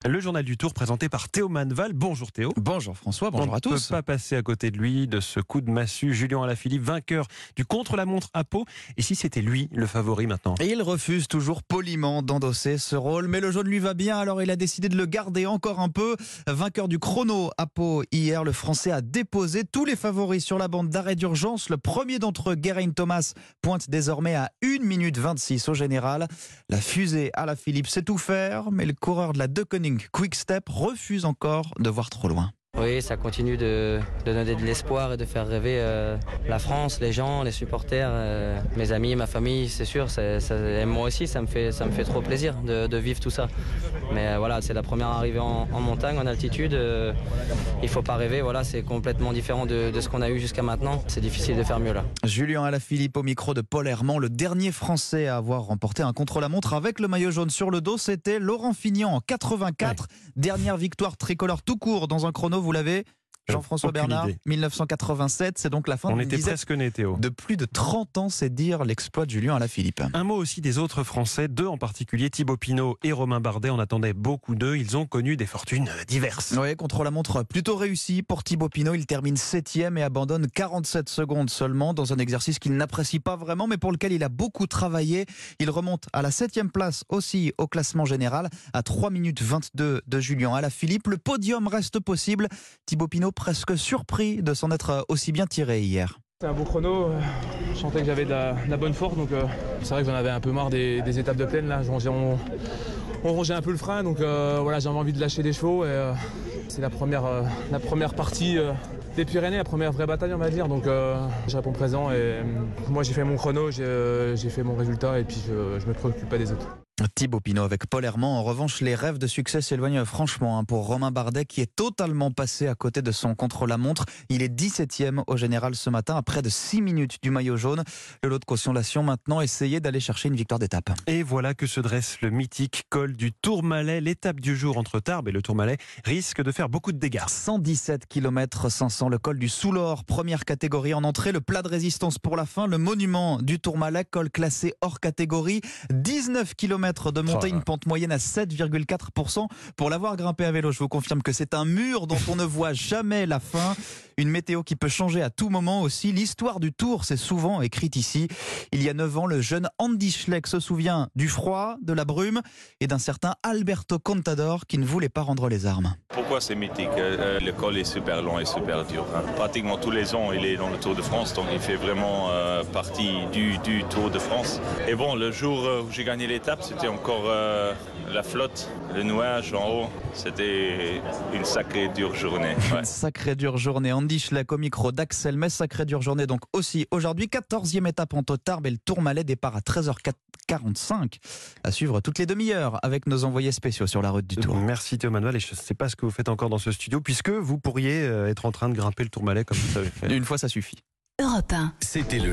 Le journal du Tour présenté par Théo Manval. Bonjour Théo. Bonjour François, bonjour à tous. On ne peut pas passer à côté de lui, de ce coup de massue. Julien Alaphilippe, vainqueur du contre-la-montre à Pau. Et si c'était lui le favori maintenant? Et il refuse toujours poliment d'endosser ce rôle, mais le jaune lui va bien, alors il a décidé de le garder encore un peu. Vainqueur du chrono à Pau hier, le Français a déposé tous les favoris sur la bande d'arrêt d'urgence. Le premier d'entre eux, Geraint Thomas, pointe désormais à 1 minute 26 au général. La fusée Alaphilippe sait tout faire, mais le coureur de la Deceuninck Quick Step refuse encore de voir trop loin. Oui, ça continue de donner de l'espoir et de faire rêver la France, les gens, les supporters, mes amis, ma famille, c'est sûr. Et moi aussi, ça me fait trop plaisir de vivre tout ça. Mais voilà, c'est la première arrivée en montagne, en altitude. Il ne faut pas rêver, voilà, c'est complètement différent de ce qu'on a eu jusqu'à maintenant. C'est difficile de faire mieux là. Julien Alaphilippe au micro de Paul Herman, le dernier Français à avoir remporté un contre-la-montre avec le maillot jaune sur le dos, c'était Laurent Fignon en 84. Ouais. Dernière victoire tricolore tout court dans un chrono, vous l'avez, Jean-François Bernard, 1987, c'est donc la fin de plus de 30 ans, c'est dire l'exploit de Julien Alaphilippe. Un mot aussi des autres Français, deux en particulier, Thibaut Pinot et Romain Bardet, on attendait beaucoup d'eux, ils ont connu des fortunes diverses. Oui, contre-la-montre plutôt réussi pour Thibaut Pinot, il termine 7e et abandonne 47 secondes seulement dans un exercice qu'il n'apprécie pas vraiment mais pour lequel il a beaucoup travaillé. Il remonte à la 7e place aussi au classement général à 3 minutes 22 de Julien Alaphilippe. Le podium reste possible, Thibaut Pinot presque surpris de s'en être aussi bien tiré hier. C'est un beau chrono, je sentais que j'avais de la bonne force, donc c'est vrai que j'en avais un peu marre des étapes de plaine. Là. On rongeait un peu le frein, donc voilà, j'avais envie de lâcher des chevaux. Et, c'est la première partie des Pyrénées, la première vraie bataille on va dire, donc je réponds présent et moi j'ai fait mon chrono, j'ai fait mon résultat et puis je me préoccupe pas des autres. Thibaut Pinot avec Paul Herman. En revanche, les rêves de succès s'éloignent franchement pour Romain Bardet qui est totalement passé à côté de son contre-la-montre. Il est 17e au général ce matin à près de 6 minutes du maillot jaune. Le lot de caution maintenant, essayer d'aller chercher une victoire d'étape. Et voilà que se dresse le mythique col du Tourmalet. L'étape du jour entre Tarbes et le Tourmalet risque de faire beaucoup de dégâts. 117 km 500, le col du Soulor, première catégorie en entrée, le plat de résistance pour la fin, le monument du Tourmalet, col classé hors catégorie, 19 km de montée, une pente moyenne à 7,4%. Pour l'avoir grimpé à vélo, je vous confirme que c'est un mur dont on ne voit jamais la fin. Une météo qui peut changer à tout moment aussi. L'histoire du Tour, c'est souvent écrite ici. Il y a 9 ans, le jeune Andy Schleck se souvient du froid, de la brume et d'un certain Alberto Contador qui ne voulait pas rendre les armes. Pourquoi c'est mythique? Le col est super long et super dur. Pratiquement tous les ans, il est dans le Tour de France, donc il fait vraiment partie du Tour de France. Et bon, le jour où j'ai gagné l'étape, c'était encore la flotte, le nuage en haut. C'était une sacrée dure journée. Ouais. Une sacrée dure journée. Andy Schleck au micro d'Axel Metz. Sacrée dure journée donc aussi aujourd'hui. 14e étape entre Tarbes et le Tourmalet. Départ à 13h45. À suivre toutes les demi-heures avec nos envoyés spéciaux sur la route du Tour. Merci Théo Manuel. Et je ne sais pas ce que vous faites encore dans ce studio puisque vous pourriez être en train de grimper le Tourmalet comme vous savez faire. Une fois ça suffit. Europe 1. C'était le